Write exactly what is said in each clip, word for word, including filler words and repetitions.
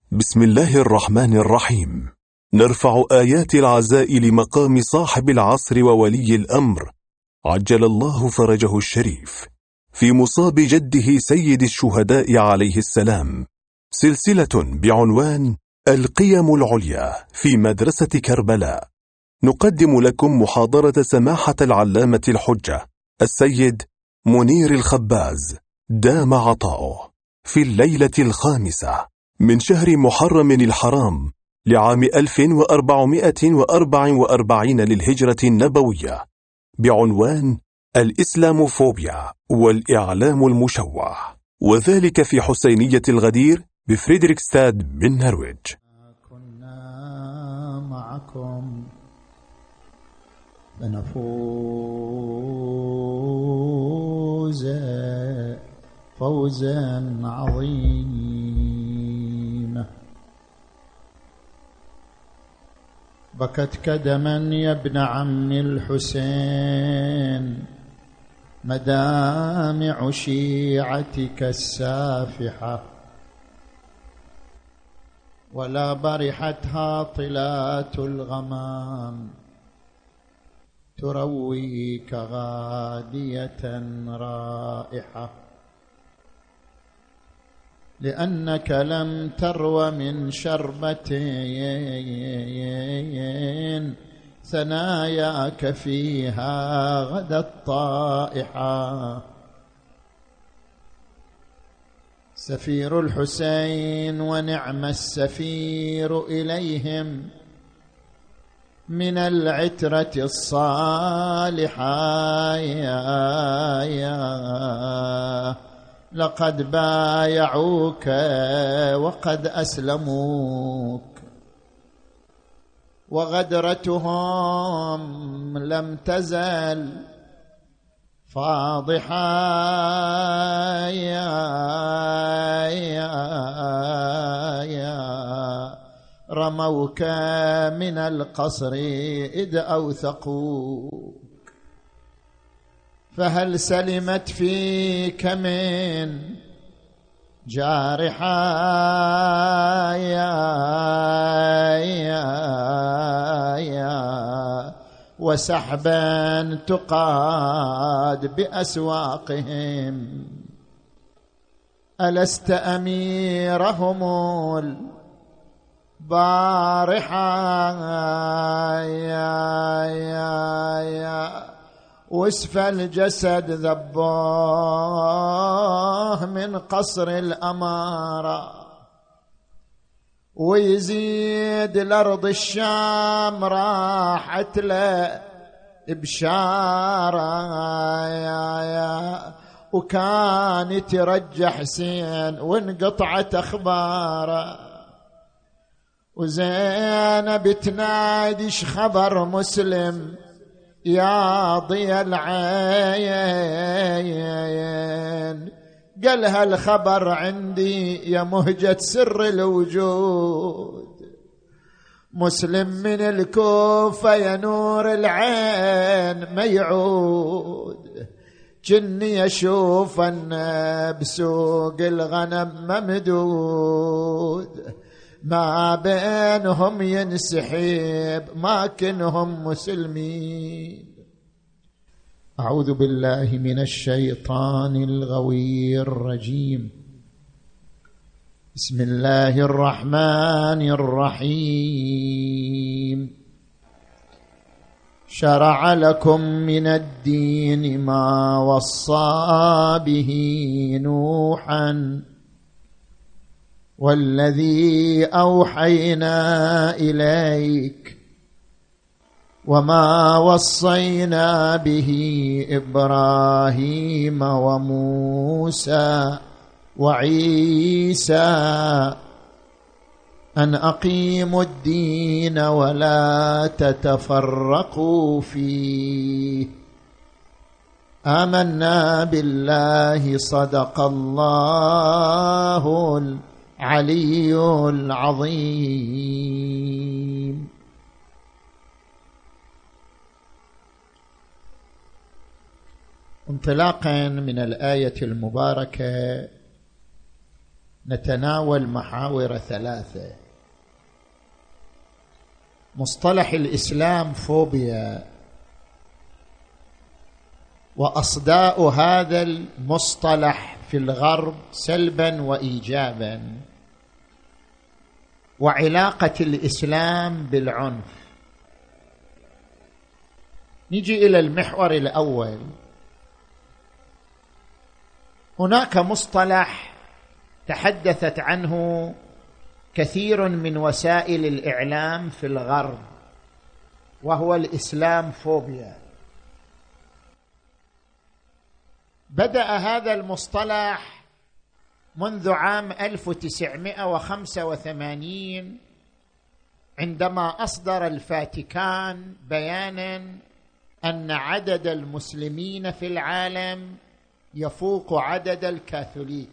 بسم الله الرحمن الرحيم. نرفع آيات العزاء لمقام صاحب العصر وولي الأمر عجل الله فرجه الشريف في مصاب جده سيد الشهداء عليه السلام، سلسلة بعنوان القيم العليا في مدرسة كربلاء. نقدم لكم محاضرة سماحة العلامة الحجة السيد منير الخباز دام عطاؤه في الليلة الخامسة من شهر محرم الحرام لعام ألف وأربعمائة وأربعة وأربعين للهجرة النبوية، بعنوان الإسلاموفوبيا والإعلام المشوه، وذلك في حسينية الغدير بفريدريكستاد بالنرويج. كنا معكم فنفوز فوزا عظيما. بكت كدما يا ابن عم الحسين مدامع شيعتك السافحة، ولا برحت هاطلات الغمام ترويك غادية رائحة، لأنك لم ترو من شربتين ثناياك فيها غدا الطائحة. سفير الحسين ونعم السفير إليهم من العترة الصالحة، يا يا لقد بايعوك وقد أسلموك، وغدرتهم لم تزل فاضحة، يا يا يا رموك من القصر إذ أوثقوك، فهل سلمت فيك من جارحة، يا يا يا وسحبا تقاد بأسواقهم، ألست أميرهم البارحة، يا يا يا وسف الجسد ذبوه من قصر الأمارة، ويزيد الأرض الشام راحت له بشارة، يا يا وكان ترجع حسين وانقطعت أخباره، وزينب تناديش خبر مسلم يا ضيا العين، قالها الخبر عندي يا مهجة سر الوجود، مسلم من الكوفة يا نور العين ما يعود، جني أشوف أن بسوق الغنم ممدود، ما بينهم ينسحب ما كنهم مسلمين. أعوذ بالله من الشيطان الغوي الرجيم. بسم الله الرحمن الرحيم. شرع لكم من الدين ما وصى به نوحا والذي أوحينا إليك وما وصينا به إبراهيم وموسى وعيسى أن أقيموا الدين ولا تتفرقوا فيه، آمنا بالله صدق الله العلي العظيم. انطلاقا من الآية المباركة نتناول محاور ثلاثة. مصطلح الإسلام فوبيا، وأصداء هذا المصطلح في الغرب سلبا وإيجابا، وعلاقة الإسلام بالعنف. نجي إلى المحور الأول. هناك مصطلح تحدثت عنه كثير من وسائل الإعلام في الغرب، وهو الإسلام فوبيا. بدأ هذا المصطلح منذ عام ألف وتسعمائة وخمسة وثمانين عندما أصدر الفاتيكان بيانا أن عدد المسلمين في العالم يفوق عدد الكاثوليك.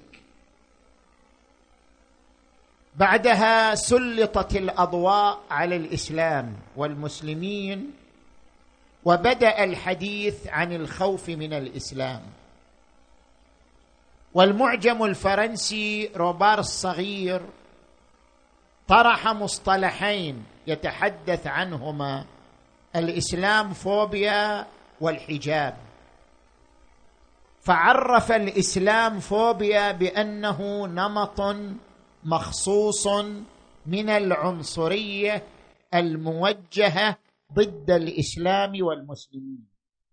بعدها سلطت الأضواء على الإسلام والمسلمين، وبدأ الحديث عن الخوف من الإسلام. والمعجم الفرنسي روبار الصغير طرح مصطلحين يتحدث عنهما: الإسلام فوبيا والحجاب. فعرف الإسلام فوبيا بأنه نمط مخصوص من العنصرية الموجهة ضد الإسلام والمسلمين.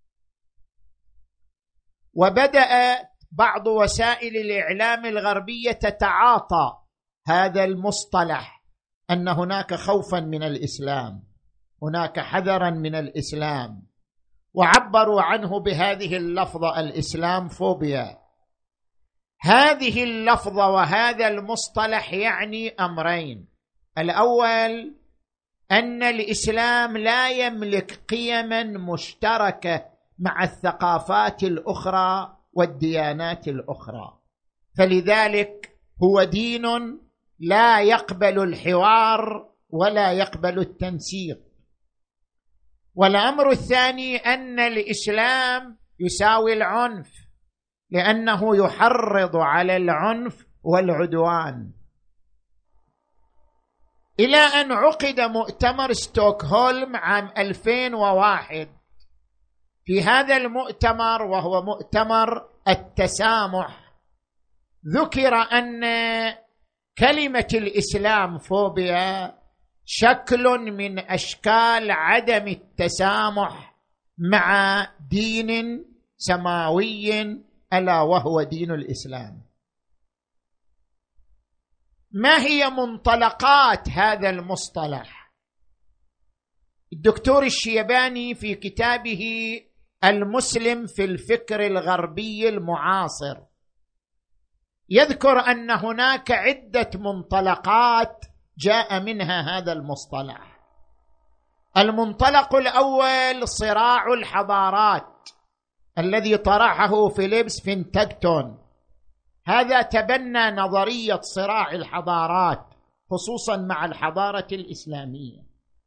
وبدأت بعض وسائل الإعلام الغربية تتعاطى هذا المصطلح، أن هناك خوفا من الإسلام، هناك حذرا من الإسلام، وعبروا عنه بهذه اللفظة: الإسلام فوبيا. هذه اللفظة وهذا المصطلح يعني أمرين: الأول أن الإسلام لا يملك قيما مشتركة مع الثقافات الأخرى والديانات الأخرى، فلذلك هو دين لا يقبل الحوار ولا يقبل التنسيق. والأمر الثاني أن الإسلام يساوي العنف، لأنه يحرض على العنف والعدوان. إلى أن عقد مؤتمر ستوكهولم عام ألفين وواحد. في هذا المؤتمر، وهو مؤتمر التسامح، ذكر أن كلمة الإسلام فوبيا شكل من أشكال عدم التسامح مع دين سماوي، ألا وهو دين الإسلام. ما هي منطلقات هذا المصطلح؟ الدكتور الشيباني في كتابه المسلم في الفكر الغربي المعاصر يذكر أن هناك عدة منطلقات جاء منها هذا المصطلح. المنطلق الأول صراع الحضارات الذي طرحه فيليبس فينتاغتون. هذا تبنى نظرية صراع الحضارات خصوصا مع الحضارة الإسلامية.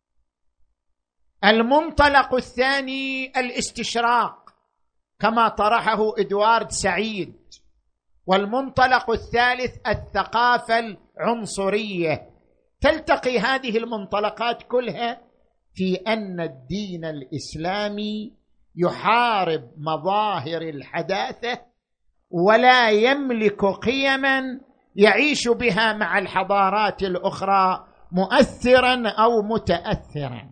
المنطلق الثاني الاستشراق كما طرحه إدوارد سعيد. والمنطلق الثالث الثقافة العنصرية. تلتقي هذه المنطلقات كلها في أن الدين الإسلامي يحارب مظاهر الحداثة ولا يملك قيما يعيش بها مع الحضارات الأخرى مؤثرا أو متأثرا.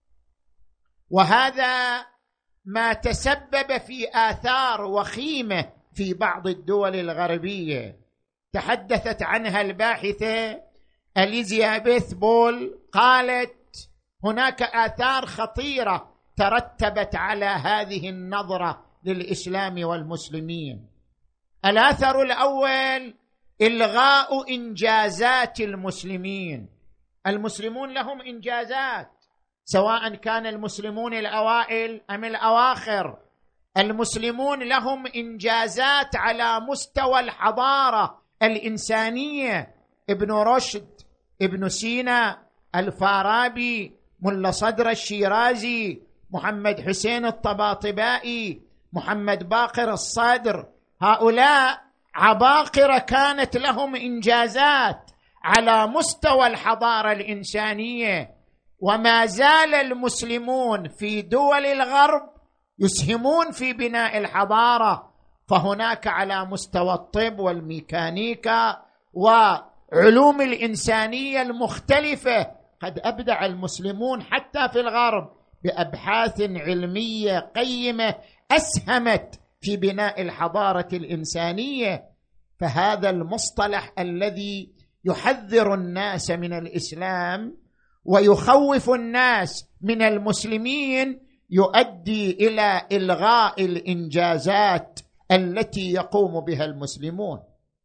وهذا ما تسبب في آثار وخيمة في بعض الدول الغربية تحدثت عنها الباحثة إليزابيث بول. قالت هناك آثار خطيرة ترتبت على هذه النظرة للإسلام والمسلمين. الأثر الأول إلغاء إنجازات المسلمين. المسلمون لهم إنجازات، سواء كان المسلمون الأوائل أم الأواخر. المسلمون لهم إنجازات على مستوى الحضارة الإنسانية. ابن رشد، ابن سينا، الفارابي، ملا صدر الشيرازي، محمد حسين الطباطبائي، محمد باقر الصدر، هؤلاء عباقرة كانت لهم إنجازات على مستوى الحضارة الإنسانية، وما زال المسلمون في دول الغرب يسهمون في بناء الحضارة. فهناك على مستوى الطب والميكانيكا وعلوم الإنسانية المختلفة قد أبدع المسلمون حتى في الغرب بأبحاث علمية قيمة أسهمت في بناء الحضارة الإنسانية. فهذا المصطلح الذي يحذر الناس من الإسلام ويخوف الناس من المسلمين يؤدي إلى إلغاء الإنجازات التي يقوم بها المسلمون.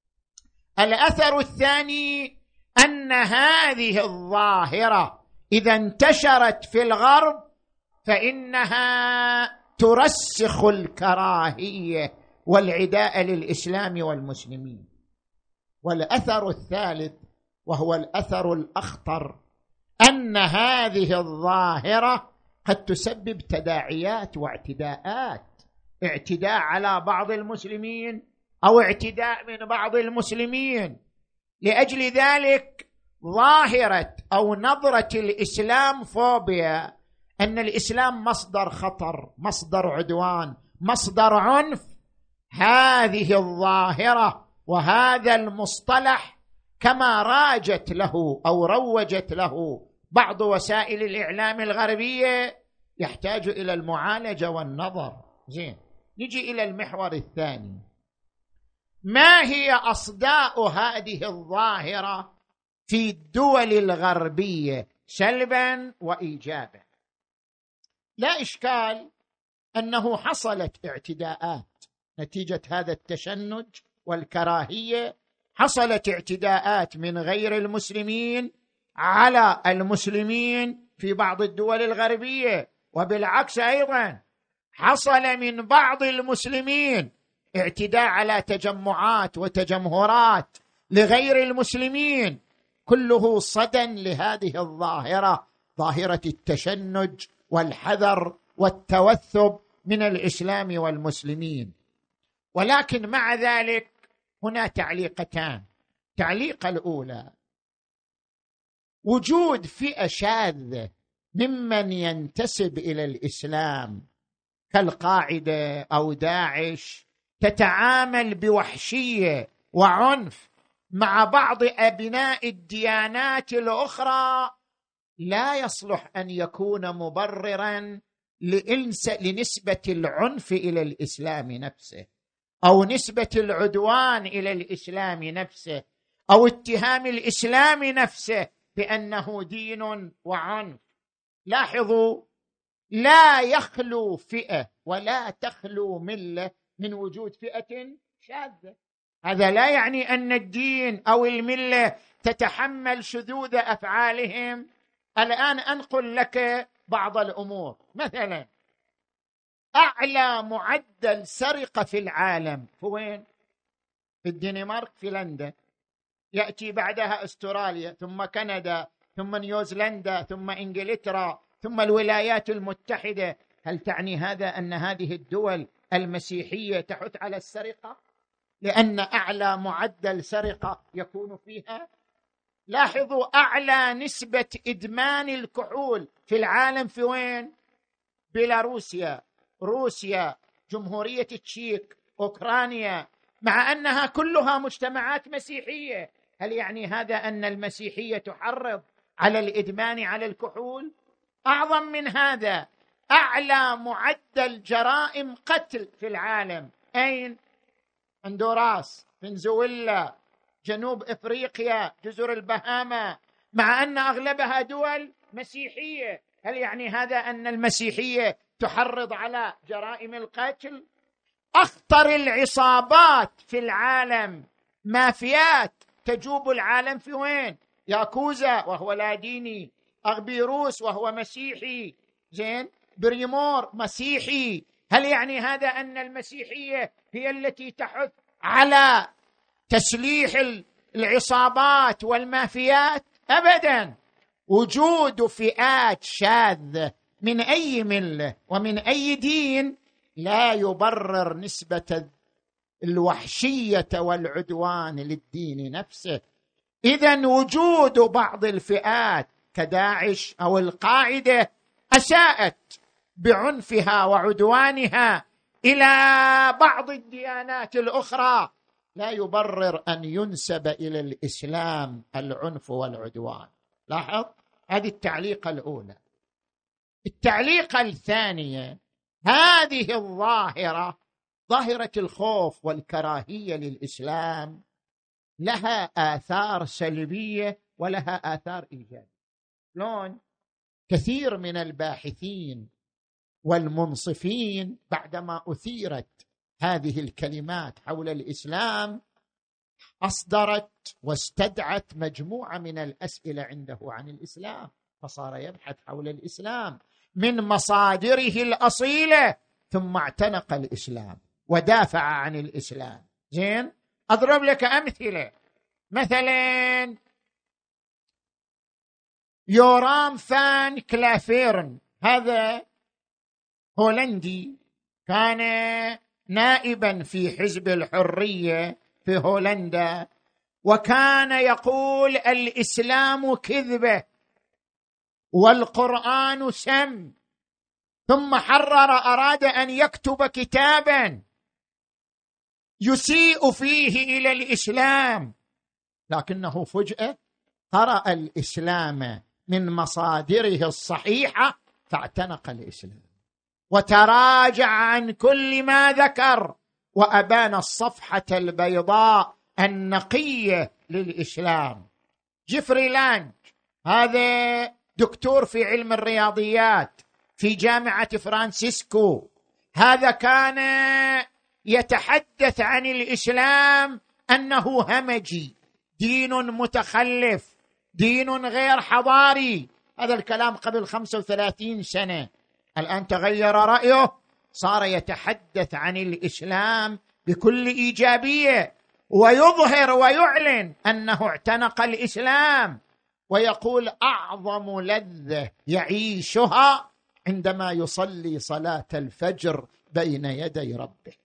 الأثر الثاني أن هذه الظاهرة إذا انتشرت في الغرب فإنها ترسخ الكراهية والعداء للإسلام والمسلمين. والأثر الثالث وهو الأثر الأخطر أن هذه الظاهرة قد تسبب تداعيات واعتداءات، اعتداء على بعض المسلمين أو اعتداء من بعض المسلمين. لأجل ذلك ظاهرة أو نظرة الإسلام فوبيا، أن الإسلام مصدر خطر، مصدر عدوان، مصدر عنف، هذه الظاهرة وهذا المصطلح كما راجت له أو روجت له بعض وسائل الإعلام الغربية يحتاج إلى المعالجة والنظر. زين، نجي إلى المحور الثاني. ما هي أصداء هذه الظاهرة في الدول الغربية سلبا وإيجابا؟ لا إشكال أنه حصلت اعتداءات نتيجة هذا التشنج والكراهية، حصلت اعتداءات من غير المسلمين على المسلمين في بعض الدول الغربية، وبالعكس أيضا حصل من بعض المسلمين اعتداء على تجمعات وتجمهرات لغير المسلمين، كله صدى لهذه الظاهرة، ظاهرة التشنج والحذر والتوثب من الإسلام والمسلمين. ولكن مع ذلك هنا تعليقتان. تعليق الأولى: وجود فئة شاذة ممن ينتسب إلى الإسلام كالقاعدة أو داعش تتعامل بوحشية وعنف مع بعض أبناء الديانات الأخرى لا يصلح أن يكون مبرراً لنسبة العنف إلى الإسلام نفسه، أو نسبة العدوان إلى الإسلام نفسه، أو اتهام الإسلام نفسه بأنه دين وعنف. لاحظوا، لا يخلو فئة ولا تخلو ملة من وجود فئة شاذة. هذا لا يعني أن الدين أو الملة تتحمل شذوذ أفعالهم. الآن أنقل لك بعض الأمور. مثلا أعلى معدل سرقة في العالم في وين؟ في الدنمارك، في لندن، يأتي بعدها أستراليا، ثم كندا، ثم نيوزيلندا، ثم إنجلترا، ثم الولايات المتحدة. هل تعني هذا أن هذه الدول المسيحية تحث على السرقة لأن أعلى معدل سرقة يكون فيها؟ لاحظوا، أعلى نسبة إدمان الكحول في العالم في وين؟ بيلاروسيا، روسيا، جمهورية التشيك، أوكرانيا، مع أنها كلها مجتمعات مسيحية. هل يعني هذا أن المسيحية تحرض على الإدمان على الكحول؟ أعظم من هذا، أعلى معدل جرائم قتل في العالم أين؟ هندوراس، فنزويلا، جنوب إفريقيا، جزر البهاما، مع أن أغلبها دول مسيحية. هل يعني هذا أن المسيحية تحرض على جرائم القتل؟ أخطر العصابات في العالم مافيات تجوب العالم في وين؟ ياكوزا وهو لا ديني، أغبيروس وهو مسيحي، زين، بريمور مسيحي. هل يعني هذا أن المسيحية هي التي تحث على تسليح العصابات والمافيات؟ أبدا. وجود فئات شاذة من أي ملة ومن أي دين لا يبرر نسبة الوحشية والعدوان للدين نفسه. إذن وجود بعض الفئات كداعش أو القاعدة أساءت بعنفها وعدوانها إلى بعض الديانات الأخرى لا يبرر أن ينسب إلى الإسلام العنف والعدوان. لاحظ، هذه التعليقة الأولى. التعليقة الثانية، هذه الظاهرة، ظاهرة الخوف والكراهية للإسلام، لها آثار سلبية ولها آثار إيجابية. لون كثير من الباحثين والمنصفين بعدما أثيرت هذه الكلمات حول الإسلام أصدرت واستدعت مجموعة من الأسئلة عنده عن الإسلام، فصار يبحث حول الإسلام من مصادره الأصيلة، ثم اعتنق الإسلام ودافع عن الإسلام. زين، أضرب لك أمثلة. مثلا يورام فان كلافيرن، هذا هولندي، كان نائبا في حزب الحرية في هولندا، وكان يقول الإسلام كذبة والقرآن سم، ثم حرر، أراد أن يكتب كتابا يسيء فيه إلى الإسلام، لكنه فجأة قرأ الإسلام من مصادره الصحيحة فاعتنق الإسلام وتراجع عن كل ما ذكر وأبان الصفحة البيضاء النقية للإسلام. جيفري لانج، هذا دكتور في علم الرياضيات في جامعة فرانسيسكو، هذا كان يتحدث عن الإسلام أنه همجي، دين متخلف، دين غير حضاري. هذا الكلام قبل خمسة وثلاثين سنة. الآن تغير رأيه، صار يتحدث عن الإسلام بكل إيجابية، ويظهر ويعلن أنه اعتنق الإسلام، ويقول أعظم لذة يعيشها عندما يصلي صلاة الفجر بين يدي ربه.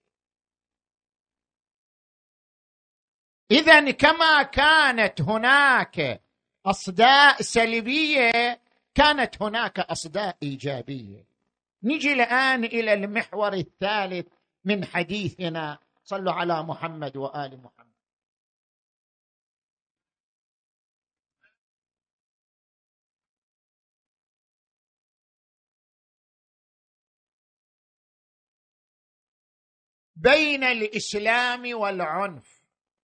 إذن كما كانت هناك أصداء سلبية، كانت هناك أصداء إيجابية. نجي الآن إلى المحور الثالث من حديثنا. صلوا على محمد وآل محمد. بين الإسلام والعنف.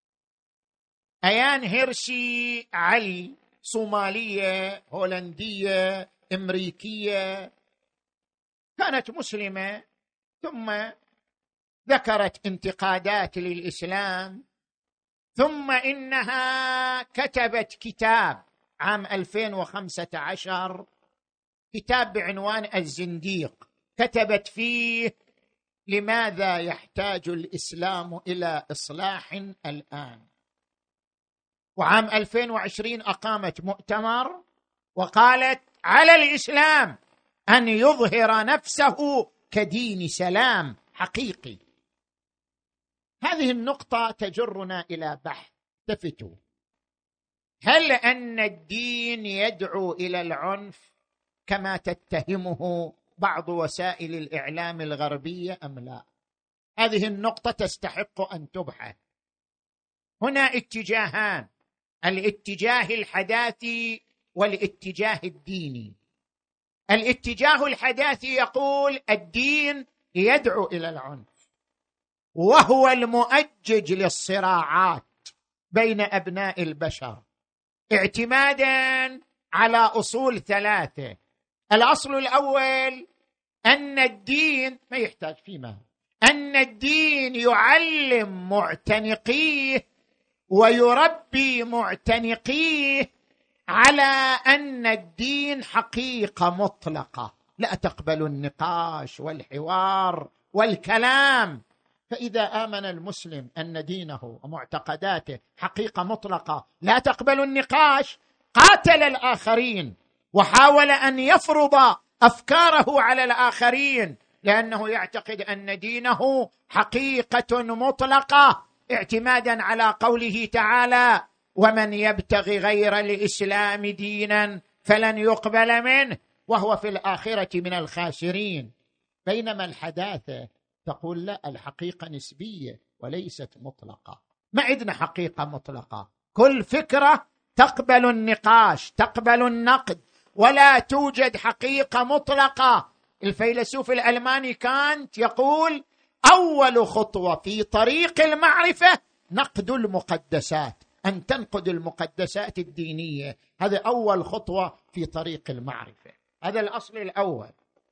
أيان هيرسي علي، صومالية هولندية أمريكية، كانت مسلمة، ثم ذكرت انتقادات للإسلام، ثم إنها كتبت كتاب عام ألفين وخمسة عشر، كتاب بعنوان الزنديق، كتبت فيه لماذا يحتاج الإسلام إلى إصلاح الآن. وعام ألفين وعشرين أقامت مؤتمر وقالت على الإسلام أن يظهر نفسه كدين سلام حقيقي. هذه النقطة تجرنا إلى بحث. تفتوا، هل أن الدين يدعو إلى العنف كما تتهمه بعض وسائل الإعلام الغربية أم لا؟ هذه النقطة تستحق أن تبحث. هنا اتجاهان، الاتجاه الحداثي والاتجاه الديني. الاتجاه الحداثي يقول الدين يدعو إلى العنف، وهو المؤجج للصراعات بين أبناء البشر، اعتمادا على أصول ثلاثة. الأصل الأول أن الدين ما يحتاج فيما أن الدين يعلم معتنقيه ويربي معتنقيه على أن الدين حقيقة مطلقة لا تقبل النقاش والحوار والكلام. فإذا آمن المسلم أن دينه ومعتقداته حقيقة مطلقة لا تقبل النقاش، قاتل الآخرين وحاول أن يفرض أفكاره على الآخرين لأنه يعتقد أن دينه حقيقة مطلقة، اعتمادا على قوله تعالى: ومن يبتغي غير الإسلام دينا فلن يقبل منه وهو في الآخرة من الخاسرين. بينما الحداثة تقول لا، الحقيقة نسبية وليست مطلقة، ما عندنا حقيقة مطلقة، كل فكرة تقبل النقاش، تقبل النقد، ولا توجد حقيقة مطلقة. الفيلسوف الألماني كانت يقول: أول خطوة في طريق المعرفة نقد المقدسات، أن تنقد المقدسات الدينية، هذا أول خطوة في طريق المعرفة. هذا الأصل الأول.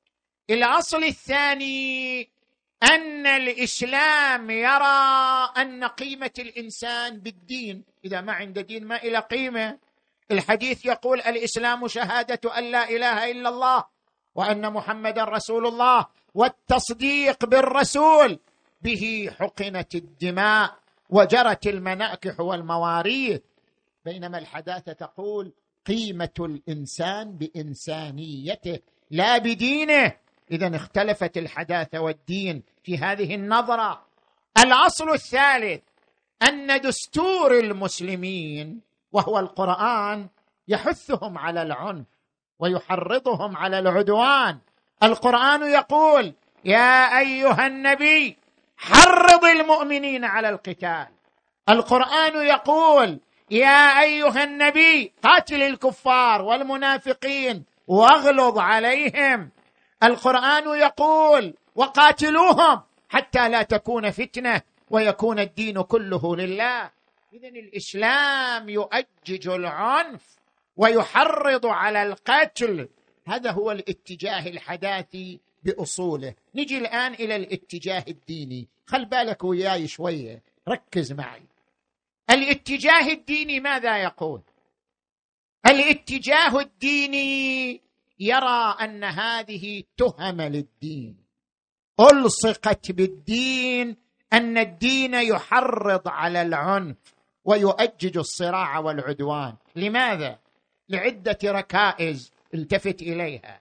الأصل الثاني أن الإسلام يرى أن قيمة الإنسان بالدين، إذا ما عنده دين ما إلى قيمة. الحديث يقول: الإسلام شهادة أن لا إله إلا الله وأن محمد رسول الله والتصديق بالرسول به حقنت الدماء وجرت المناكح والمواريث. بينما الحداثة تقول قيمة الإنسان بإنسانيته لا بدينه. إذن اختلفت الحداثة والدين في هذه النظرة. الأصل الثالث أن دستور المسلمين وهو القرآن يحثهم على العنف ويحرضهم على العدوان. القرآن يقول: يا أيها النبي حرض المؤمنين على القتال. القرآن يقول: يا أيها النبي قاتل الكفار والمنافقين واغلظ عليهم. القرآن يقول: وقاتلوهم حتى لا تكون فتنة ويكون الدين كله لله. إذن الإسلام يؤجج العنف ويحرض على القتل. هذا هو الاتجاه الحداثي بأصوله. نجي الآن إلى الاتجاه الديني. خل بالك وياي شوية، ركز معي. الاتجاه الديني ماذا يقول؟ الاتجاه الديني يرى أن هذه تهمة للدين، ألصقت بالدين، أن الدين يحرض على العنف ويؤجج الصراع والعدوان. لماذا؟ لعدة ركائز التفت إليها.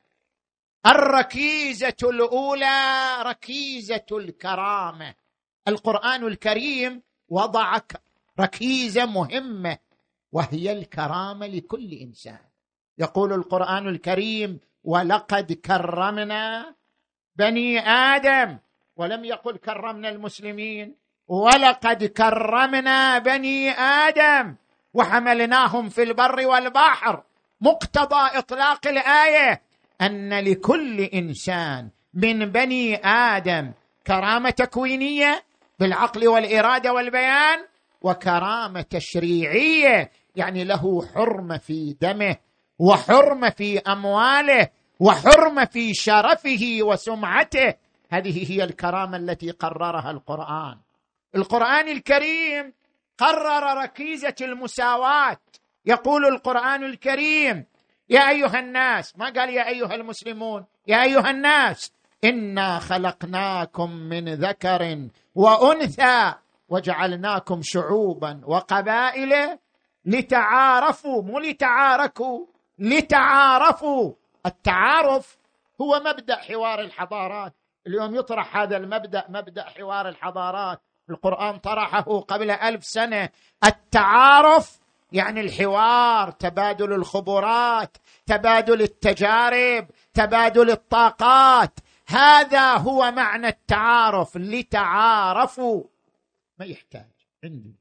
الركيزة الأولى ركيزة الكرامة. القرآن الكريم وضع ركيزة مهمة وهي الكرامة لكل إنسان. يقول القرآن الكريم: ولقد كرمنا بني آدم، ولم يقل كرمنا المسلمين، ولقد كرمنا بني آدم وحملناهم في البر والبحر. مقتضى إطلاق الآية أن لكل إنسان من بني آدم كرامة تكوينية بالعقل والإرادة والبيان، وكرامة تشريعية يعني له حرمة في دمه وحرمة في أمواله وحرمة في شرفه وسمعته. هذه هي الكرامة التي قررها القرآن. القرآن الكريم قرر ركيزة المساواة. يقول القرآن الكريم: يا أيها الناس، ما قال يا أيها المسلمون، يا أيها الناس إنا خلقناكم من ذكر وأنثى وجعلناكم شعوبا وقبائل لتعارفوا، مو لتعاركوا، لتعارفوا. التعارف هو مبدأ حوار الحضارات. اليوم يطرح هذا المبدأ، مبدأ حوار الحضارات. القرآن طرحه قبل ألف سنة. التعارف يعني الحوار، تبادل الخبرات، تبادل التجارب، تبادل الطاقات. هذا هو معنى التعارف، لتعارفوا. ما يحتاج عندي.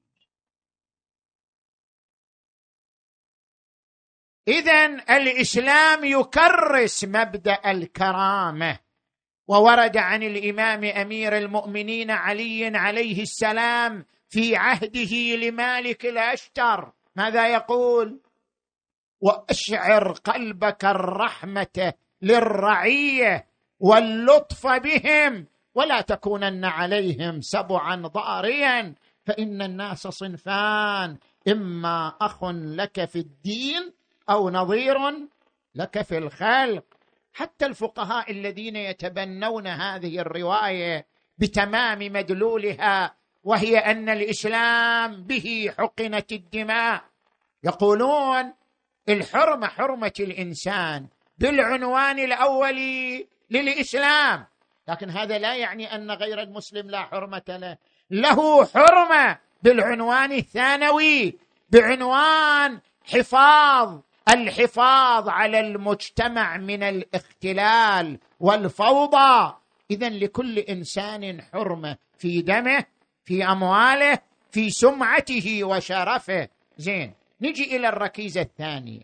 إذن الإسلام يكرس مبدأ الكرامة. وورد عن الإمام أمير المؤمنين علي عليه السلام في عهده لمالك الأشتر ماذا يقول؟ وأشعر قلبك الرحمة للرعية واللطف بهم ولا تكونن عليهم سبعا ضاريا، فإن الناس صنفان: إما أخ لك في الدين أو نظير لك في الخلق. حتى الفقهاء الذين يتبنون هذه الرواية بتمام مدلولها، وهي أن الإسلام به حقنت الدماء، يقولون الحرمة حرمة الإنسان بالعنوان الأولي للإسلام، لكن هذا لا يعني أن غير المسلم لا حرمة له، له حرمة بالعنوان الثانوي، بعنوان حفاظ الحفاظ على المجتمع من الاختلال والفوضى. إذن لكل إنسان حرمة في دمه، في أمواله، في سمعته وشرفه. زين، نجي إلى الركيزة الثانية.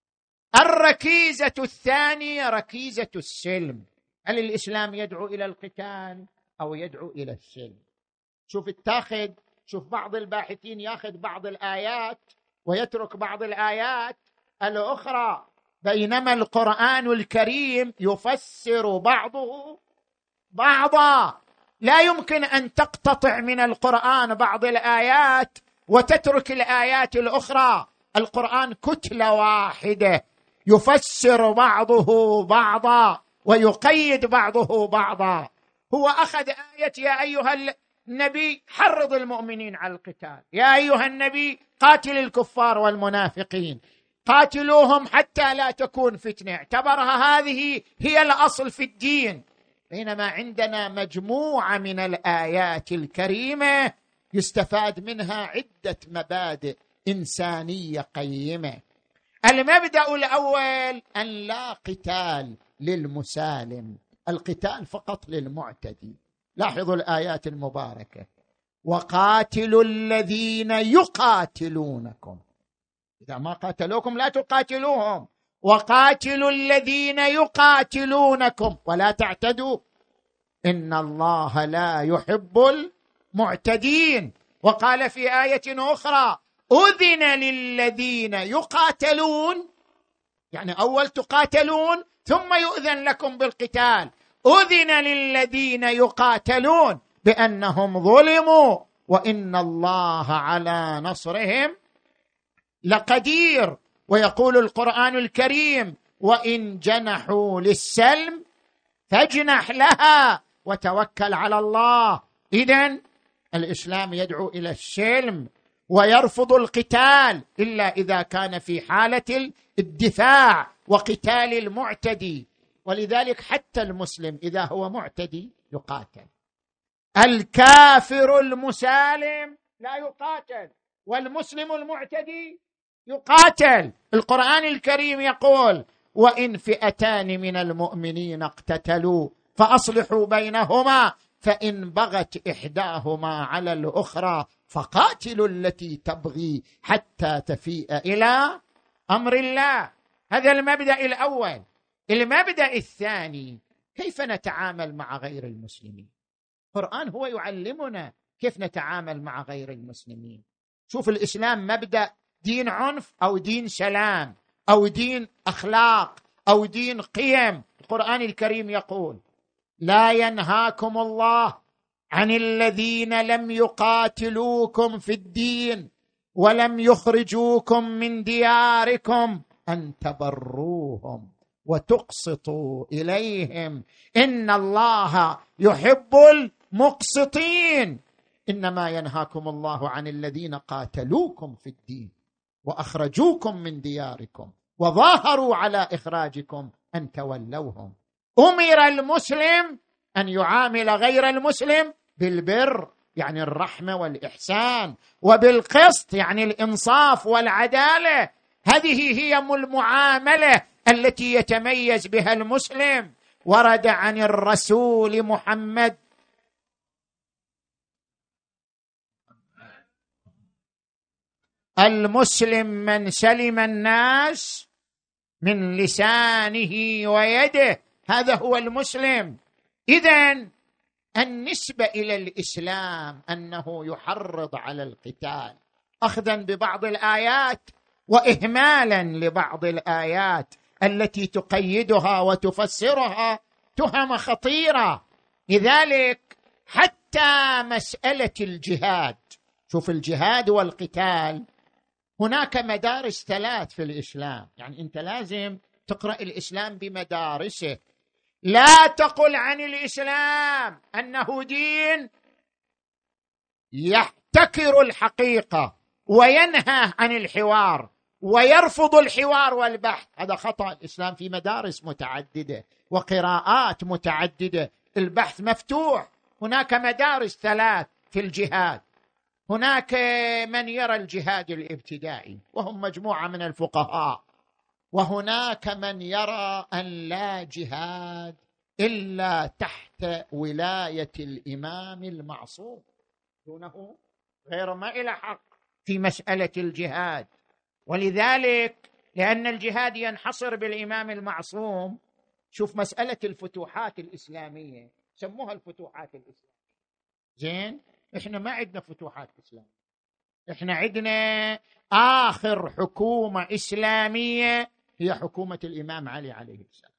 الركيزة الثانية ركيزة السلم. هل الإسلام يدعو إلى القتال أو يدعو إلى السلم؟ شوف التاخذ، شوف بعض الباحثين ياخذ بعض الآيات ويترك بعض الآيات الأخرى، بينما القرآن الكريم يفسر بعضه بعضا. لا يمكن أن تقتطع من القرآن بعض الآيات وتترك الآيات الأخرى. القرآن كتلة واحدة يفسر بعضه بعضا ويقيد بعضه بعضا. هو أخذ آية يا أيها النبي حرض المؤمنين على القتال، يا أيها النبي قاتل الكفار والمنافقين، قاتلوهم حتى لا تكون فتنة، اعتبرها هذه هي الأصل في الدين. بينما عندنا مجموعة من الآيات الكريمة يستفاد منها عدة مبادئ إنسانية قيمة. المبدأ الأول أن لا قتال للمسالم، القتال فقط للمعتدي. لاحظوا الآيات المباركة: وقاتلوا الذين يقاتلونكم، إذا ما قاتلوكم لا تقاتلوهم، وقاتلوا الذين يقاتلونكم ولا تعتدوا إن الله لا يحب المعتدين. وقال في آية أخرى: أذن للذين يقاتلون، يعني أول تقاتلون ثم يؤذن لكم بالقتال. أذن للذين يقاتلون بأنهم ظلموا وإن الله على نصرهم لقدير. ويقول القرآن الكريم: وإن جنحوا للسلم فاجنح لها وتوكل على الله. إذن الإسلام يدعو إلى السلم ويرفض القتال إلا إذا كان في حالة الدفاع وقتال المعتدي. ولذلك حتى المسلم إذا هو معتدي يقاتل. الكافر المسالم لا يقاتل، والمسلم المعتدي يقاتل. القرآن الكريم يقول: وإن فئتان من المؤمنين اقتتلوا فأصلحوا بينهما فإن بغت إحداهما على الأخرى فقاتلوا التي تبغي حتى تفيء إلى أمر الله. هذا المبدأ الأول. المبدأ الثاني: كيف نتعامل مع غير المسلمين؟ القرآن هو يعلمنا كيف نتعامل مع غير المسلمين. شوف الإسلام مبدأ دين عنف أو دين سلام أو دين أخلاق أو دين قيم. القرآن الكريم يقول: لا ينهاكم الله عن الذين لم يقاتلوكم في الدين ولم يخرجوكم من دياركم أن تبروهم وتقسطوا إليهم إن الله يحب المقسطين. إنما ينهاكم الله عن الذين قاتلوكم في الدين وأخرجوكم من دياركم وظاهروا على إخراجكم أن تولوهم. أمر المسلم أن يعامل غير المسلم بالبر، يعني الرحمة والإحسان، وبالقسط، يعني الإنصاف والعدالة. هذه هي المعاملة التي يتميز بها المسلم. ورد عن الرسول محمد المسلم من سلم الناس من لسانه ويده، هذا هو المسلم. إذن النسبة إلى الإسلام أنه يحرض على القتال أخذا ببعض الآيات وإهمالا لبعض الآيات التي تقيدها وتفسرها تهم خطيرة. لذلك حتى مسألة الجهاد، شوف الجهاد والقتال هناك مدارس ثلاث في الإسلام، يعني أنت لازم تقرأ الإسلام بمدارسه. لا تقل عن الإسلام أنه دين يحتكر الحقيقة وينهى عن الحوار ويرفض الحوار والبحث، هذا خطأ. الإسلام في مدارس متعددة وقراءات متعددة البحث مفتوح. هناك مدارس ثلاث في الجهاد. هناك من يرى الجهاد الابتدائي وهم مجموعة من الفقهاء، وهناك من يرى أن لا جهاد إلا تحت ولاية الإمام المعصوم، دونه غير ما إلى حق في مسألة الجهاد. ولذلك لأن الجهاد ينحصر بالإمام المعصوم، شوف مسألة الفتوحات الإسلامية سموها الفتوحات الإسلامية. زين، إحنا ما عندنا فتوحات إسلامية، إحنا عندنا آخر حكومة إسلامية هي حكومة الإمام علي عليه السلام،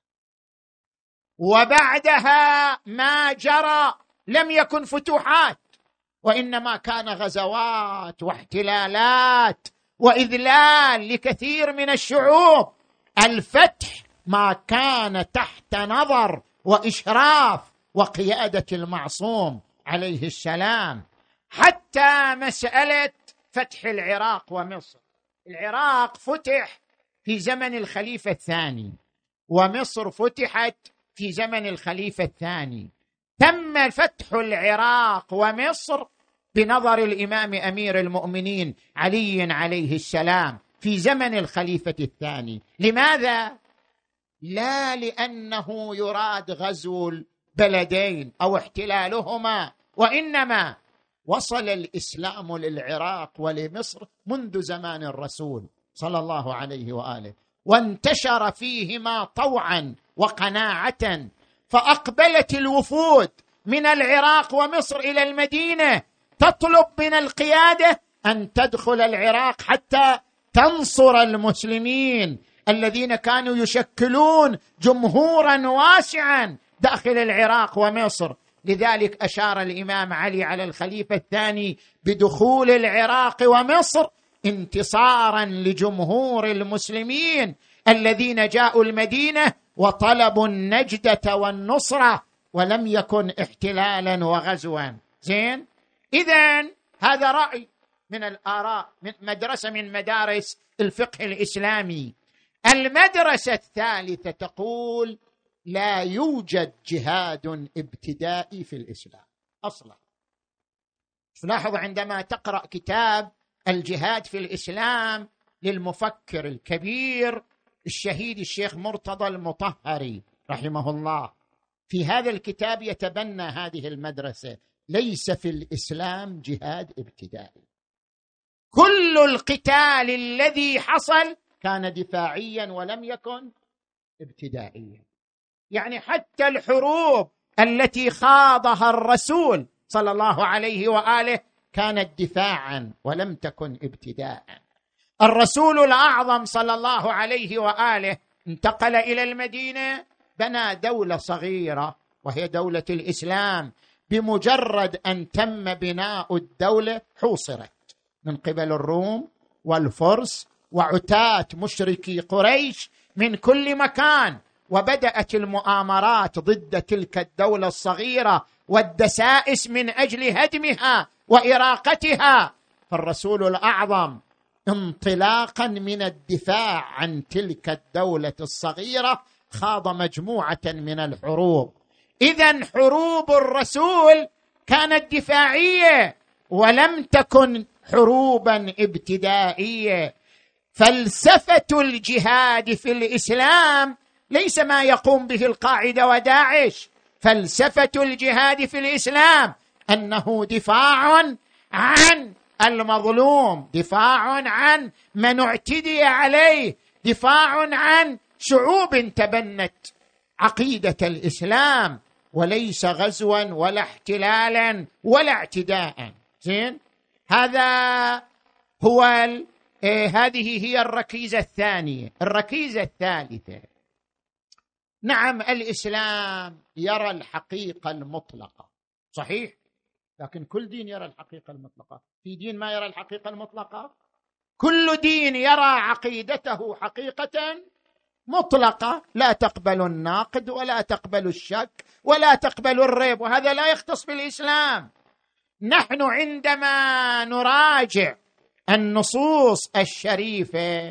وبعدها ما جرى لم يكن فتوحات، وإنما كان غزوات واحتلالات وإذلال لكثير من الشعوب. الفتح ما كان تحت نظر وإشراف وقيادة المعصوم عليه السلام. حتى مسألة فتح العراق ومصر، العراق فتح في زمن الخليفة الثاني، ومصر فتحت في زمن الخليفة الثاني. تم فتح العراق ومصر بنظر الإمام أمير المؤمنين علي عليه السلام في زمن الخليفة الثاني. لماذا؟ لا لأنه يراد غزو البلدين أو احتلالهما، وإنما وصل الإسلام للعراق ولمصر منذ زمان الرسول صلى الله عليه وآله، وانتشر فيهما طوعا وقناعة، فأقبلت الوفود من العراق ومصر إلى المدينة تطلب من القيادة أن تدخل العراق حتى تنصر المسلمين الذين كانوا يشكلون جمهورا واسعا داخل العراق ومصر. لذلك أشار الإمام علي على الخليفة الثاني بدخول العراق ومصر انتصارا لجمهور المسلمين الذين جاءوا المدينة وطلبوا النجدة والنصرة، ولم يكن احتلالا وغزوا. زين، إذن هذا رأي من الآراء، من مدرسة من مدارس الفقه الإسلامي. المدرسة الثالثة تقول لا يوجد جهاد ابتدائي في الإسلام أصلا. تلاحظ عندما تقرأ كتاب الجهاد في الإسلام للمفكر الكبير الشهيد الشيخ مرتضى المطهري رحمه الله، في هذا الكتاب يتبنى هذه المدرسة: ليس في الإسلام جهاد ابتدائي، كل القتال الذي حصل كان دفاعيا ولم يكن ابتدائيا. يعني حتى الحروب التي خاضها الرسول صلى الله عليه وآله كانت دفاعا ولم تكن ابتداء. الرسول الأعظم صلى الله عليه وآله انتقل إلى المدينة، بنى دولة صغيرة وهي دولة الإسلام. بمجرد أن تم بناء الدولة حوصرت من قبل الروم والفرس وعتاة مشركي قريش من كل مكان، وبدأت المؤامرات ضد تلك الدولة الصغيرة والدسائس من أجل هدمها وإراقتها. فالرسول الأعظم انطلاقا من الدفاع عن تلك الدولة الصغيرة خاض مجموعة من الحروب. إذن حروب الرسول كانت دفاعية ولم تكن حروبا ابتدائية. فلسفة الجهاد في الإسلام ليس ما يقوم به القاعدة وداعش. فلسفة الجهاد في الإسلام أنه دفاع عن المظلوم، دفاع عن من اعتدي عليه، دفاع عن شعوب تبنت عقيدة الإسلام، وليس غزوا ولا احتلالا ولا اعتداء. زين، هذا هو إيه هذه هي الركيزة الثانية. الركيزة الثالثة: نعم الإسلام يرى الحقيقة المطلقة، صحيح، لكن كل دين يرى الحقيقة المطلقة. في دين ما يرى الحقيقة المطلقة؟ كل دين يرى عقيدته حقيقة مطلقة، لا تقبل الناقد ولا تقبل الشك ولا تقبل الريب، وهذا لا يختص بالإسلام. نحن عندما نراجع النصوص الشريفة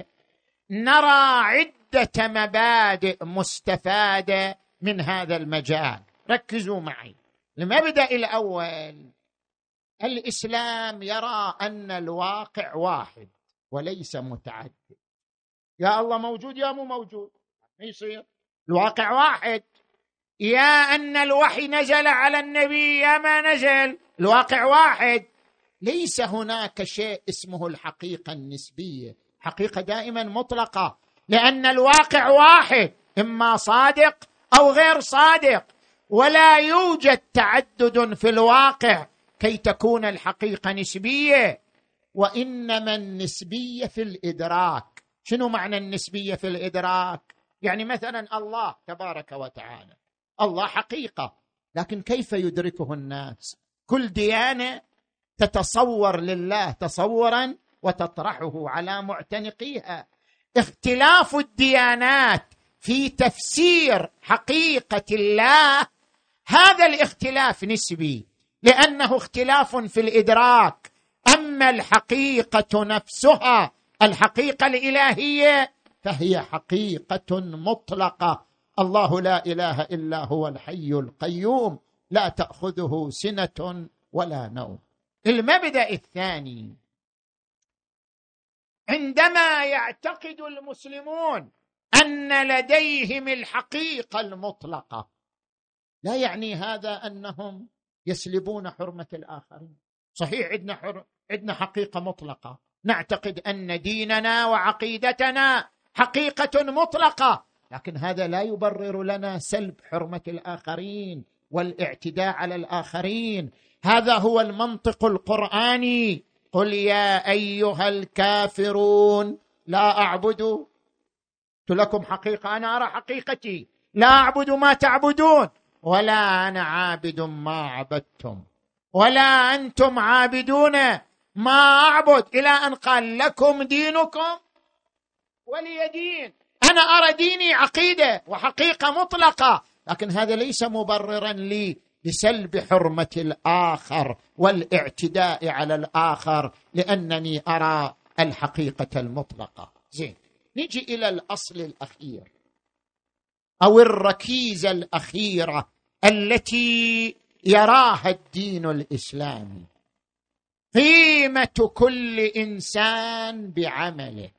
نرى عدة مبادئ مستفادة من هذا المجال. ركزوا معي. المبدأ الأول، الإسلام يرى أن الواقع واحد وليس متعدد. يا الله موجود يا مو موجود، ما يصير، الواقع واحد. يا أن الوحي نزل على النبي يا ما نزل، الواقع واحد. ليس هناك شيء اسمه الحقيقة النسبية، حقيقة دائما مطلقة، لأن الواقع واحد، إما صادق أو غير صادق، ولا يوجد تعدد في الواقع كي تكون الحقيقة نسبية. وإنما النسبية في الإدراك. شنو معنى النسبية في الإدراك؟ يعني مثلا الله تبارك وتعالى، الله حقيقة، لكن كيف يدركه الناس؟ كل ديانة تتصور لله تصورا وتطرحه على معتنقيها. اختلاف الديانات في تفسير حقيقة الله، هذا الاختلاف نسبي لأنه اختلاف في الإدراك. أما الحقيقة نفسها، الحقيقة الإلهية، فهي حقيقة مطلقة. الله لا إله إلا هو الحي القيوم، لا تأخذه سنة ولا نوم. المبدأ الثاني، عندما يعتقد المسلمون أن لديهم الحقيقة المطلقة، لا يعني هذا أنهم يسلبون حرمة الآخرين. صحيح عندنا حر... عندنا حقيقة مطلقة، نعتقد أن ديننا وعقيدتنا حقيقة مطلقة، لكن هذا لا يبرر لنا سلب حرمة الآخرين والاعتداء على الآخرين. هذا هو المنطق القرآني. قل يا أيها الكافرون لا أعبد لكم حقيقة، أنا أرى حقيقتي، لا أعبد ما تعبدون، ولا أنا عابد ما عبدتم، ولا أنتم عابدون ما أعبد، إلى أن قال لكم دينكم ولي دين. أنا أرى ديني عقيدة وحقيقة مطلقة، لكن هذا ليس مبررا لي لسلب حرمة الآخر والاعتداء على الآخر، لأنني أرى الحقيقة المطلقة. زين، نجي إلى الأصل الأخير أو الركيزة الأخيرة التي يراها الدين الإسلامي، قيمة كل إنسان بعمله،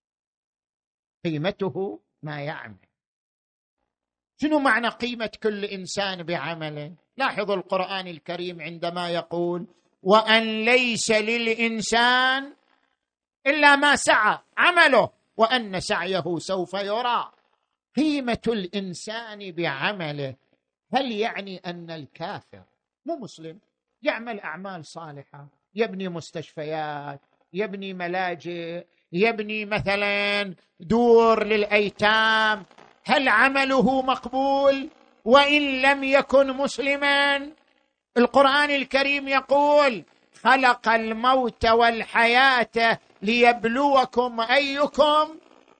قيمته ما يعمل. شنو معنى قيمة كل إنسان بعمله؟ لاحظوا القرآن الكريم عندما يقول وأن ليس للإنسان إلا ما سعى، عمله، وأن سعيه سوف يرى. قيمة الإنسان بعمله، هل يعني أن الكافر مو مسلم يعمل أعمال صالحة، يبني مستشفيات، يبني ملاجئ، يبني مثلا دور للأيتام، هل عمله مقبول وإن لم يكن مسلما؟ القرآن الكريم يقول خلق الموت والحياة ليبلوكم أيكم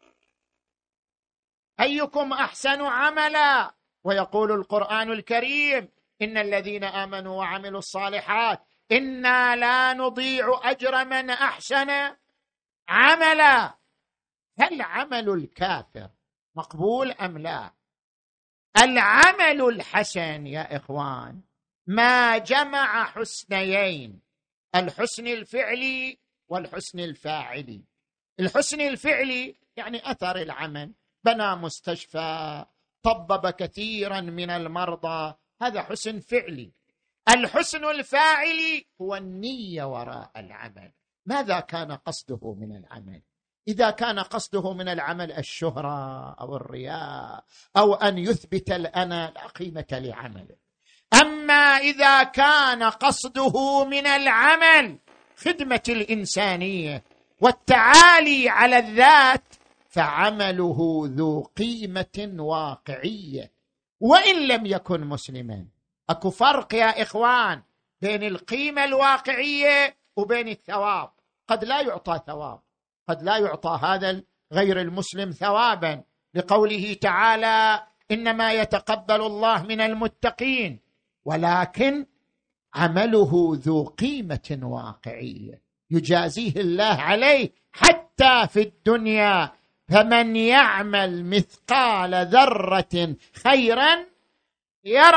أيكم أحسن عملا. ويقول القرآن الكريم إن الذين آمنوا وعملوا الصالحات إنا لا نضيع أجر من أحسن عملا. هل عمل الكافر مقبول أم لا؟ العمل الحسن يا إخوان ما جمع حسنيين، الحسن الفعلي والحسن الفاعلي. الحسن الفعلي يعني أثر العمل، بنى مستشفى، طبب كثيرا من المرضى، هذا حسن فعلي. الحسن الفاعلي هو النية وراء العمل، ماذا كان قصده من العمل؟ إذا كان قصده من العمل الشهرة أو الرياء أو أن يثبت الأنا، لا قيمة لعمله. أما إذا كان قصده من العمل خدمة الإنسانية والتعالي على الذات، فعمله ذو قيمة واقعية وإن لم يكن مسلما. أكو فرق يا إخوان بين القيمة الواقعية وبين الثواب. قد لا يعطى ثواب، قد لا يعطى هذا غير المسلم ثوابا، لقوله تعالى إنما يتقبل الله من المتقين، ولكن عمله ذو قيمة واقعية يجازيه الله عليه حتى في الدنيا. فمن يعمل مثقال ذرة خيرا يره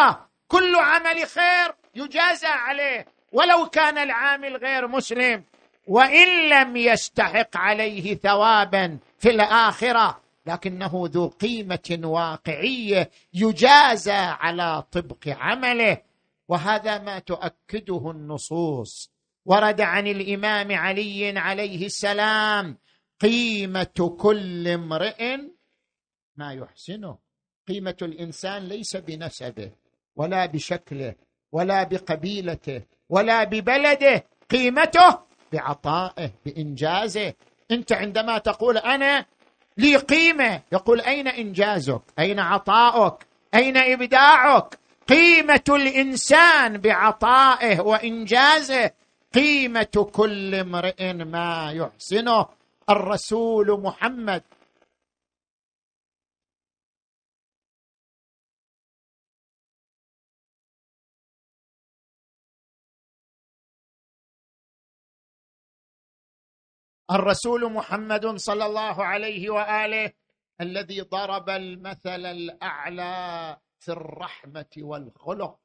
كل عمل خير يجازى عليه ولو كان العامل غير مسلم، وإن لم يستحق عليه ثوابا في الآخرة، لكنه ذو قيمة واقعية يجازى على طبق عمله. وهذا ما تؤكده النصوص. ورد عن الإمام علي عليه السلام: قيمة كل امرئ ما يحسنه. قيمة الإنسان ليس بنسبه ولا بشكله ولا بقبيلته ولا ببلده، قيمته بعطائه، بإنجازه. أنت عندما تقول أنا لي قيمة، يقول أين إنجازك؟ أين عطاؤك؟ أين إبداعك؟ قيمة الإنسان بعطائه وإنجازه. قيمة كل امرئ ما يحسنه. الرسول محمد الرسول محمد صلى الله عليه وآله الذي ضرب المثل الأعلى في الرحمة والخلق.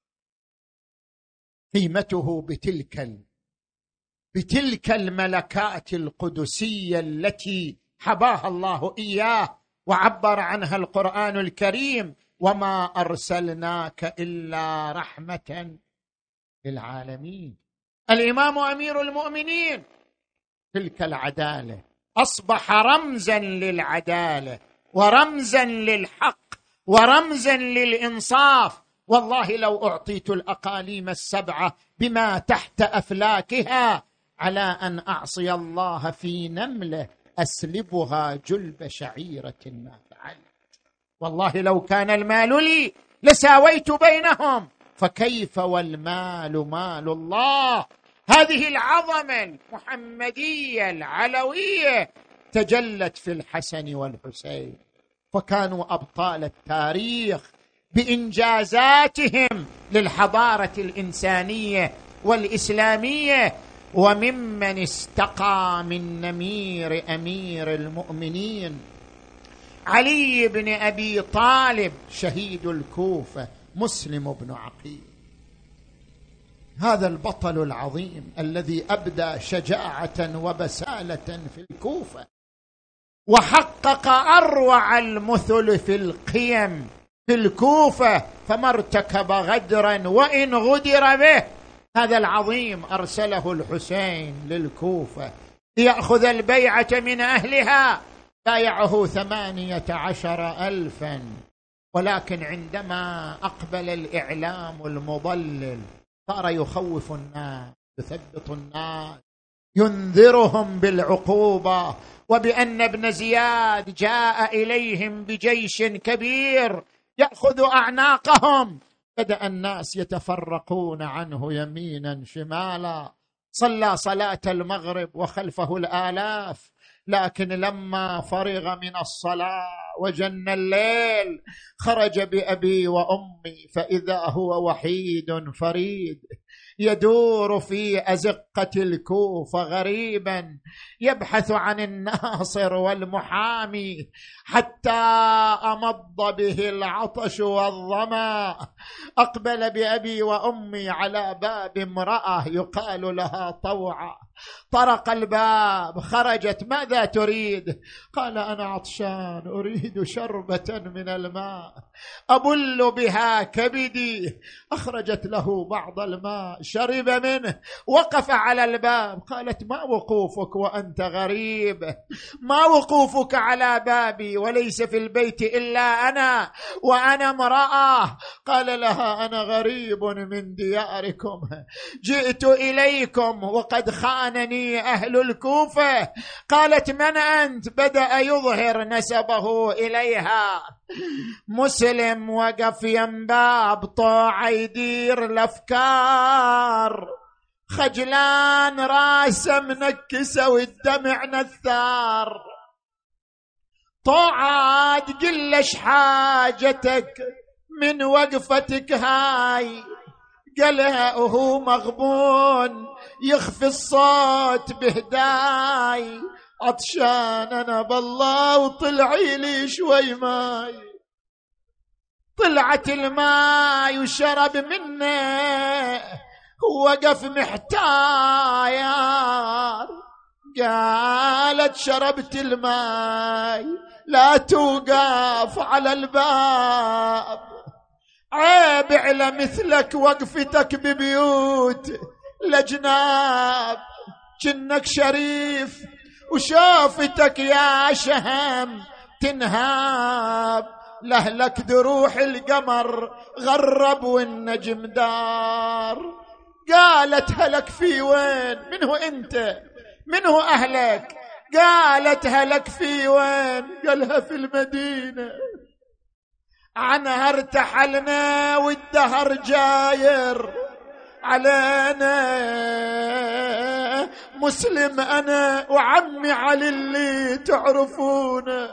قيمته بتلك بتلك الملكات القدسية التي حباها الله إياه وعبر عنها القرآن الكريم: وما أرسلناك إلا رحمة للعالمين. الإمام أمير المؤمنين تلك العدالة أصبح رمزا للعدالة ورمزا للحق ورمزا للإنصاف. والله لو أعطيت الأقاليم السبعة بما تحت أفلاكها على أن أعصي الله في نملة أسلبها جلب شعيرة ما فعلت. والله لو كان المال لي لساويت بينهم، فكيف والمال مال الله. هذه العظمة المحمدية العلوية تجلت في الحسن والحسين، فكانوا أبطال التاريخ بإنجازاتهم للحضارة الإنسانية والإسلامية. وممن استقى من نمير أمير المؤمنين علي بن أبي طالب شهيد الكوفة مسلم بن عقيل، هذا البطل العظيم الذي أبدى شجاعة وبسالة في الكوفة وحقق أروع المثل في القيم في الكوفة، فما ارتكب غدرا وإن غدر به. هذا العظيم أرسله الحسين للكوفة ليأخذ البيعة من أهلها، بايعه ثمانية عشر ألفا، ولكن عندما أقبل الإعلام المضلل صار يخوف الناس، يثبط الناس، ينذرهم بالعقوبة وبأن ابن زياد جاء إليهم بجيش كبير يأخذ أعناقهم. بدأ الناس يتفرقون عنه يمينا شمالا. صلى صلاة المغرب وخلفه الآلاف، لكن لما فرغ من الصلاة وجن الليل خرج بأبي وأمي، فإذا هو وحيد فريد يدور في أزقة الكوفة غريبا يبحث عن الناصر والمحامي، حتى أمض به العطش والظما. أقبل بأبي وأمي على باب امرأة يقال لها طوعة، طرق الباب، خرجت: ماذا تريد؟ قال: أنا عطشان أريد شربة من الماء أبل بها كبدي. أخرجت له بعض الماء، شرب منه، وقف على الباب. قالت: ما وقوفك وأنت غريب؟ ما وقوفك على بابي وليس في البيت إلا أنا وأنا امرأة؟ قال لها: أنا غريب من دياركم، جئت إليكم وقد خانني أهل الكوفة. قالت: من أنت؟ بدأ يظهر نسبه إليها. مسلم وقف ينباب طوع يدير الأفكار، خجلان راسه منكسة والدمع نثار. طوعة تقول لش حاجتك من وقفتك هاي؟ قالها وهو مغبون يخفي الصوت بهداي: عطشان أنا بالله وطلعي لي شوي ماي. طلعت الماء وشرب منه، وقف محتاير. قالت شربت الماء لا توقف على الباب، عيب على مثلك وقفتك ببيوت لجناب. جنك شريف وشافتك يا شهم تنهاب، لهلك دروح القمر غرب والنجم دار. قالت هلك في وين؟ منه انت؟ منه اهلك؟ قالت هلك في وين؟ قالها في المدينة، عنها ارتحلنا والدهر جاير علينا. مسلم انا وعمي علي اللي تعرفونه،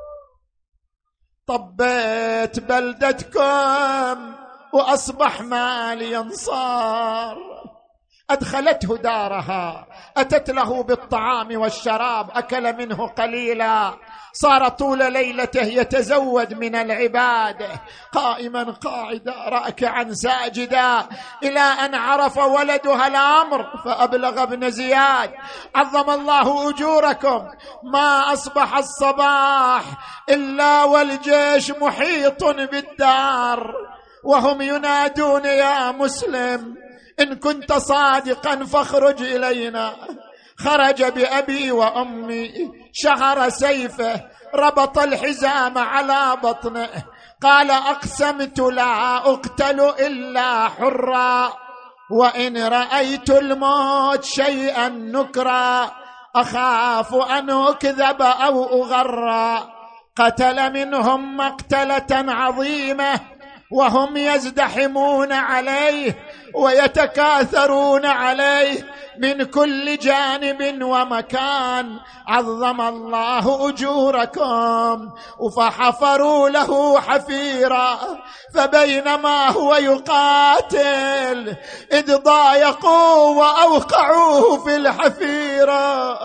طبيت بلدتكم واصبح مالي انصار. أدخلته دارها، أتت له بالطعام والشراب، أكل منه قليلا، صار طول ليلته يتزود من العبادة، قائما قاعدا راكعا ساجدا، إلى أن عرف ولدها الأمر فأبلغ ابن زياد: عظم الله أجوركم، ما أصبح الصباح إلا والجيش محيط بالدار، وهم ينادون يا مسلم إن كنت صادقا فاخرج إلينا. خرج بأبي وأمي، شهر سيفه، ربط الحزام على بطنه، قال: أقسمت لا أقتل إلا حرا، وإن رأيت الموت شيئا نكرا، أخاف أن أكذب أو أغرى. قتل منهم مقتلة عظيمة وهم يزدحمون عليه ويتكاثرون عليه من كل جانب ومكان. عظم الله أجوركم. فحفروا له حفيرا، فبينما هو يقاتل إذ ضايقوا وأوقعوه في الحفيرة،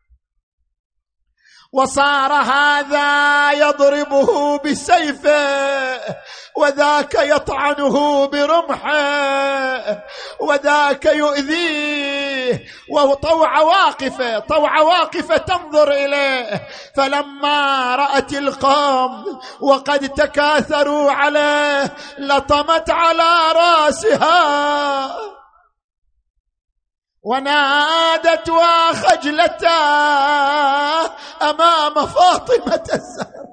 وصار هذا يضربه بسيفه وذاك يطعنه برمحه وذاك يؤذيه، وطوع واقفة طوع واقفة تنظر إليه. فلما رأت القوم وقد تكاثروا عليه لطمت على رأسها ونادت وخجلتا أمام فاطمة الزهراء،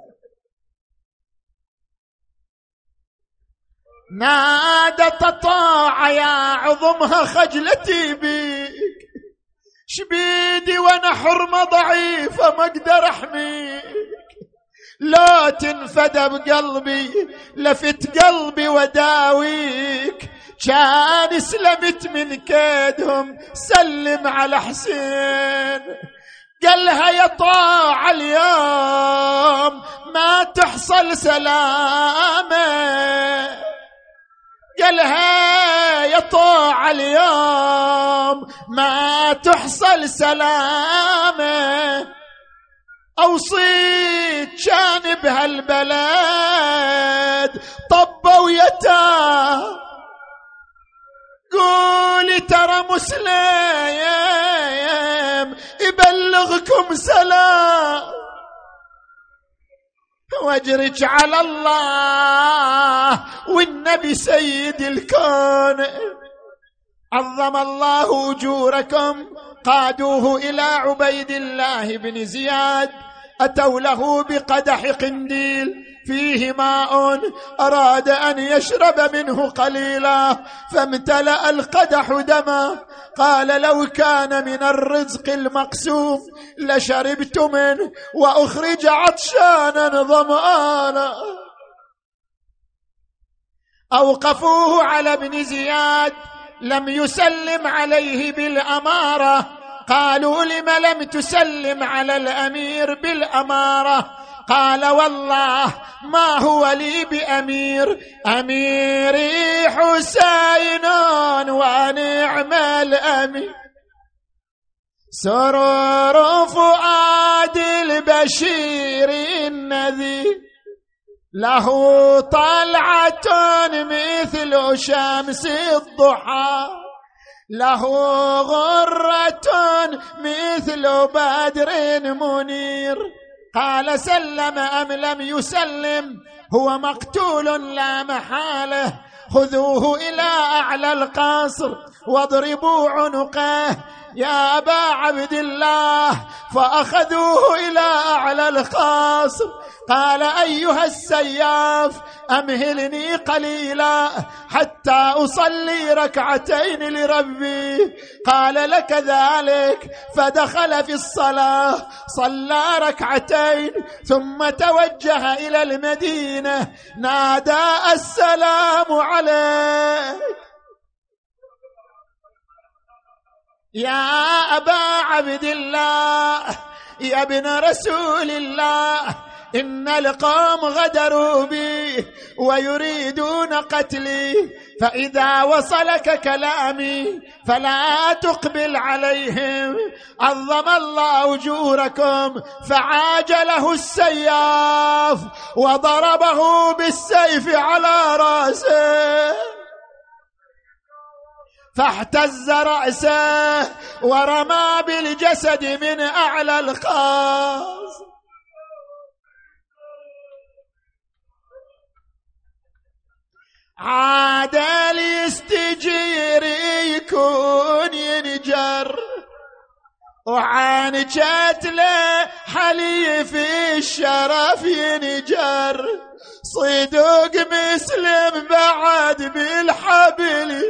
نادت: طاع يا عظمها خجلتي بيك، شبيدي وانا حرمة ضعيفة ما اقدر احميك، لا تنفدى بقلبي لفت قلبي وداويك، كان سلمت من كيدهم سلم على حسين. قالها: يا طاع اليوم ما تحصل سلامه، قالها: يا طاع اليوم ما تحصل سلامه، أوصيت كان بهالبلد طبوا يتام، قولي ترى مسلم يبلغكم سلام، واجرك على الله والنبي سيد الكون. عظم الله أجوركم. قادوه إلى عبيد الله بن زياد، أتوا له بقدح قنديل فيه ماء، أراد أن يشرب منه قليلا فامتلأ القدح دما. قال: لو كان من الرزق المقسوم لشربت منه وأخرج عطشانا ظمآنا. أوقفوه على ابن زياد، لم يسلم عليه بالأمارة. قالوا: لم لم تسلم على الأمير بالأمارة؟ قال: والله ما هو لي بأمير، أميري حسين ونعم الأمير، سرور فؤاد البشير النذير، له طلعة مثل شمس الضحى، له غرة مثل بدر منير. قال سلم أم لم يسلم؟ هو مقتول لا محالة، خذوه إلى أعلى القصر واضربوا عنقه يا أبا عبد الله. فأخذوه إلى أعلى القصر. قال أيها السياف أمهلني قليلا حتى أصلي ركعتين لربي. قال لك ذلك، فدخل في الصلاة صلى ركعتين ثم توجه إلى المدينة نادى السلام عليك يا أبا عبد الله، يا ابن رسول الله، إن القوم غدروا بي ويريدون قتلي، فإذا وصلك كلامي فلا تقبل عليهم، عظم الله أجوركم. فعاجله السياف وضربه بالسيف على رأسه، فاحتز رأسه ورمى بالجسد من أعلى القاص. عاد ليستجير يكون ينجر، وعن جتله حليف الشرف ينجر، صدوق مسلم بعد بالحبل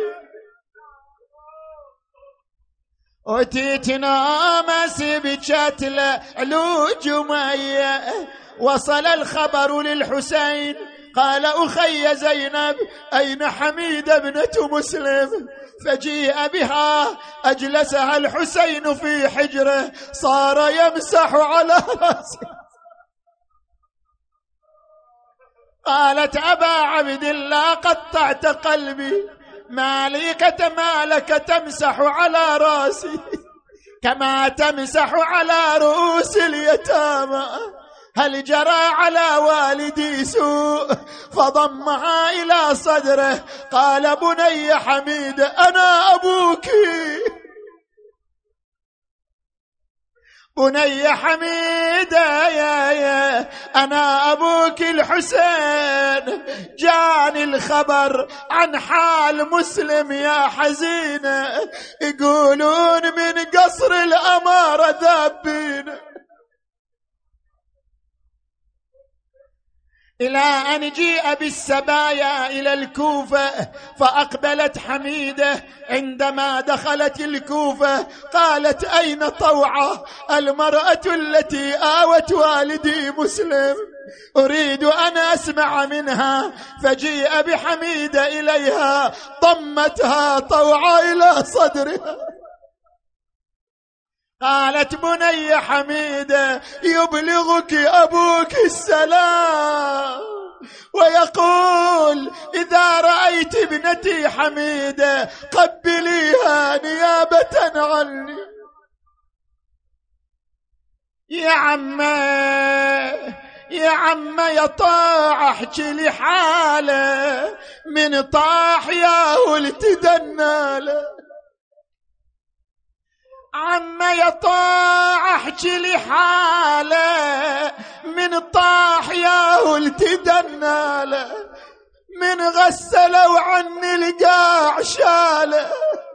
وتتنامس بجتله علوج مية. وصل الخبر للحسين قال أخي زينب أين حميدة ابنة مسلم؟ فجيء بها أجلسها الحسين في حجره، صار يمسح على رأسه. قالت أبا عبد الله قطعت قلبي، مالك مالك تمسح على رأسي كما تمسح على رؤوس اليتامى؟ هل جرى على والدي سوء؟ فضمها إلى صدره. قال بني حميد أنا أبوك، بني حميد يا يا أنا أبوك الحسين. جاني الخبر عن حال مسلم يا حزينة، يقولون من قصر الأمارة ذابين، إلى أن جيء بالسبايا إلى الكوفة. فأقبلت حميدة، عندما دخلت الكوفة قالت أين طوعة المرأة التي آوت والدي مسلم؟ أريد أن أسمع منها. فجيء بحميدة إليها، ضمتها طوعة إلى صدرها. قالت بني حميدة يبلغك أبوك السلام ويقول إذا رأيت ابنتي حميدة قبليها نيابة عني. يا عم يا عم يا طاع احكي لي حاله، من طاح يا ولد دناله. عم يا طاع احكي لي حاله، من طاح يا ولد دناله، من غسله وعني القاع شاله.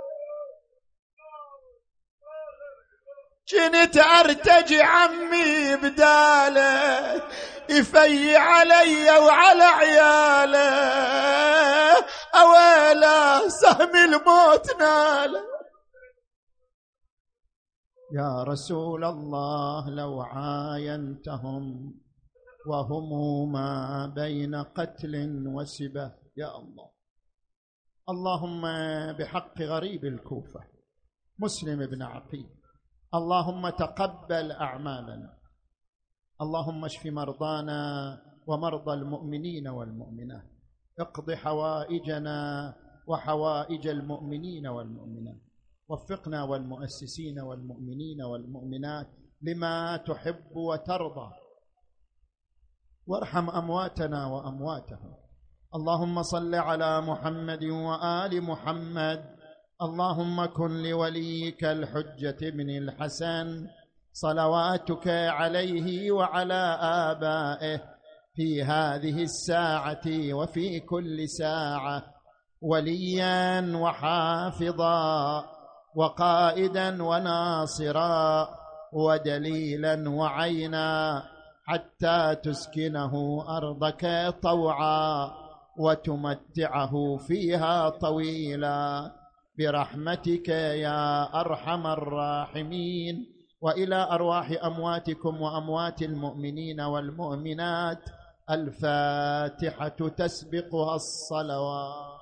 كنت ارتجي عمي بداله، يفي علي وعلى عياله، اويلا سهم الموت ناله. يا رسول الله لو عاينتهم وهم ما بين قتل وسبه، يا الله. اللهم بحق غريب الكوفة مسلم بن عقيل، اللهم تقبل أعمالنا، اللهم اشف مرضانا ومرضى المؤمنين والمؤمنات، اقض حوائجنا وحوائج المؤمنين والمؤمنات، وفقنا والمؤسسين والمؤمنين والمؤمنات لما تحب وترضى. وارحم أمواتنا وأمواتهم. اللهم صل على محمد وآل محمد. اللهم كن لوليك الحجة بن الحسن صلواتك عليه وعلى آبائه في هذه الساعة وفي كل ساعة وليا وحافظا وقائدا وناصرا ودليلا وعينا، حتى تسكنه أرضك طوعا وتمتعه فيها طويلا برحمتك يا أرحم الراحمين. وإلى أرواح أمواتكم وأموات المؤمنين والمؤمنات الفاتحة تسبقها الصلوات.